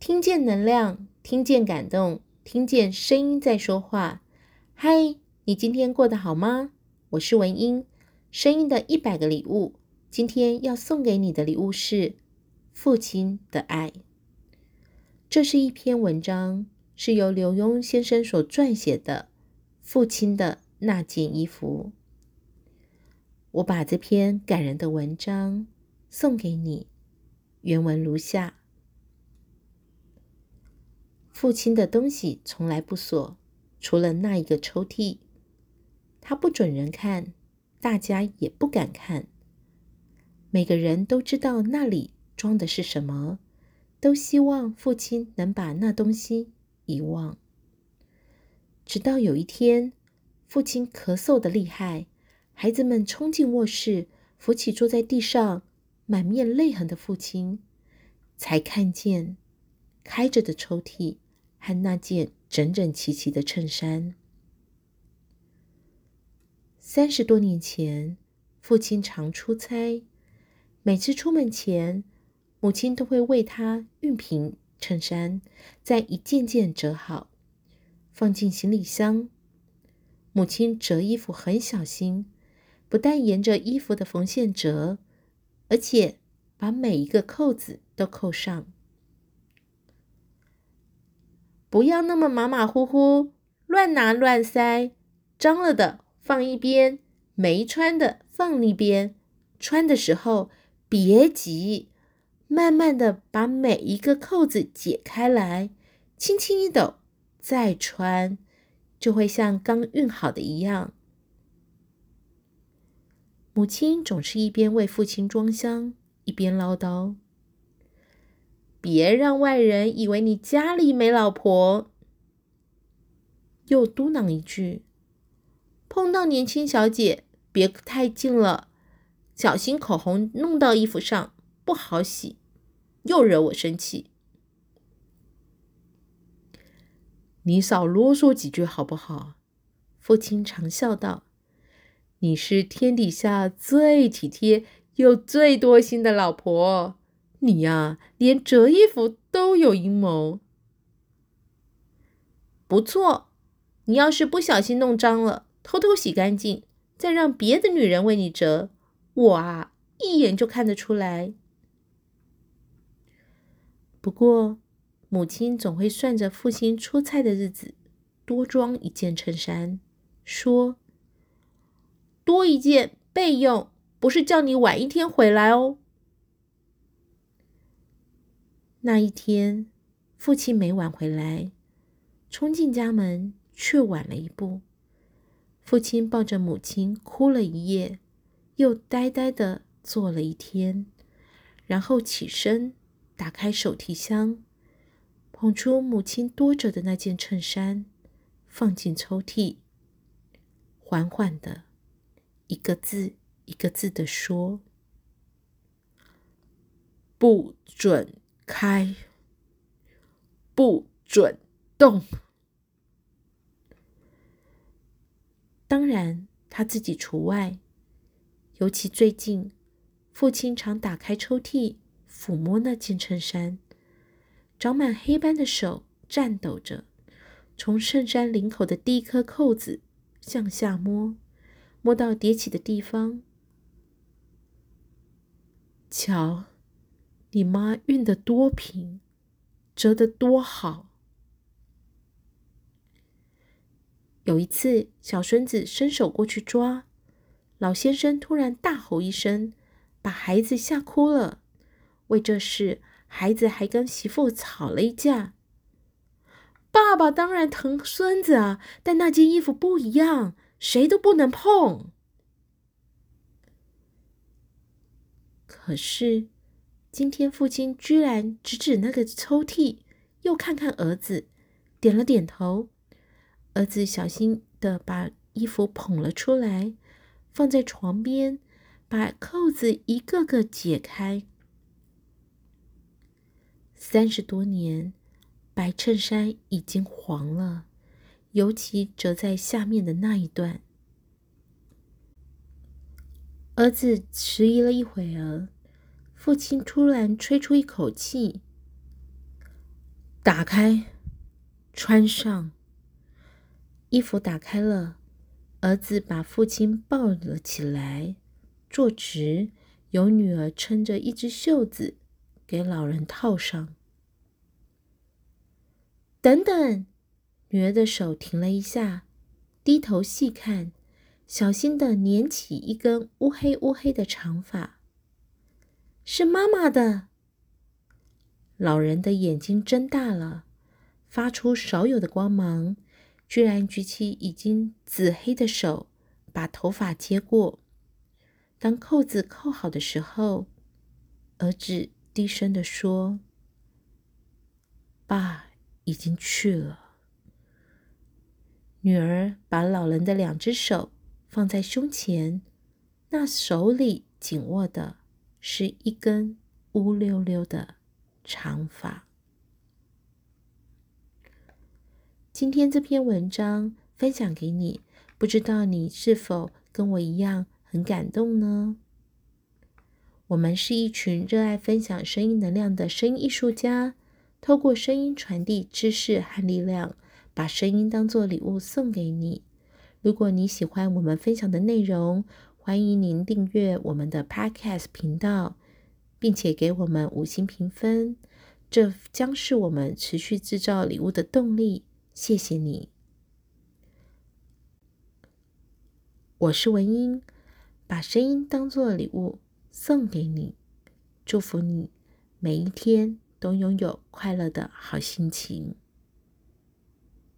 听见能量，听见感动，听见声音在说话。嗨，你今天过得好吗？我是文音，声音的100个礼物。今天要送给你的礼物是父亲的爱。这是一篇文章，是由刘墉先生所撰写的《父亲的那件衣服》。我把这篇感人的文章送给你，原文如下：父亲的东西从来不锁，除了那一个抽屉，他不准人看，大家也不敢看。每个人都知道那里装的是什么，都希望父亲能把那东西遗忘。直到有一天，父亲咳嗽得厉害，孩子们冲进卧室，扶起坐在地上满面泪痕的父亲，才看见开着的抽屉和那件整整齐齐的衬衫。30多年前，父亲常出差，每次出门前，母亲都会为他熨平衬衫，再一件件折好，放进行李箱。母亲折衣服很小心，不但沿着衣服的缝线折，而且把每一个扣子都扣上。不要那么马马虎虎，乱拿乱塞，脏了的放一边，没穿的放一边。穿的时候别急，慢慢的把每一个扣子解开来，轻轻一抖，再穿，就会像刚熨好的一样。母亲总是一边为父亲装箱，一边唠叨：别让外人以为你家里没老婆。又嘟囔一句：碰到年轻小姐别太近了，小心口红弄到衣服上，不好洗，又惹我生气。你少啰嗦几句好不好？父亲常笑道：你是天底下最体贴又最多心的老婆，你呀，连折衣服都有阴谋。不错，你要是不小心弄脏了，偷偷洗干净，再让别的女人为你折，我啊，一眼就看得出来。不过，母亲总会算着父亲出差的日子，多装一件衬衫，说：多一件备用，不是叫你晚一天回来哦。那一天，父亲没晚回来，冲进家门却晚了一步。父亲抱着母亲哭了一夜，又呆呆地坐了一天，然后起身打开手提箱，捧出母亲多着的那件衬衫，放进抽屉，缓缓地一个字一个字地说：不准开，不准动。当然，他自己除外。尤其最近，父亲常打开抽屉，抚摸那件衬衫，长满黑斑的手颤抖着，从衬衫领口的第一颗扣子向下摸，摸到叠起的地方。瞧，你妈熨得多平，折得多好。有一次，小孙子伸手过去抓，老先生突然大吼一声，把孩子吓哭了。为这事，孩子还跟媳妇吵了一架。爸爸当然疼孙子啊，但那件衣服不一样，谁都不能碰。可是，今天父亲居然指指那个抽屉，又看看儿子，点了点头。儿子小心地把衣服捧了出来，放在床边，把扣子一个个解开。30多年，白衬衫已经黄了，尤其折在下面的那一段。儿子迟疑了一会儿，父亲突然吹出一口气： 打开，穿上。衣服打开了，儿子把父亲抱了起来，坐直，由女儿撑着一只袖子给老人套上。等等，女儿的手停了一下，低头细看，小心地捻起一根乌黑乌黑的长发。是妈妈的。老人的眼睛睁大了，发出少有的光芒，居然举起已经紫黑的手，把头发接过。当扣子扣好的时候，儿子低声地说：“爸已经去了。”女儿把老人的2只手放在胸前，那手里紧握的是一根乌溜溜的长发。今天这篇文章分享给你，不知道你是否跟我一样很感动呢？我们是一群热爱分享声音能量的声音艺术家，透过声音传递知识和力量，把声音当作礼物送给你。如果你喜欢我们分享的内容，欢迎您订阅我们的 Podcast 频道，并且给我们5星评分，这将是我们持续制造礼物的动力。谢谢你。我是文音，把声音当作礼物送给你，祝福你每一天都拥有快乐的好心情。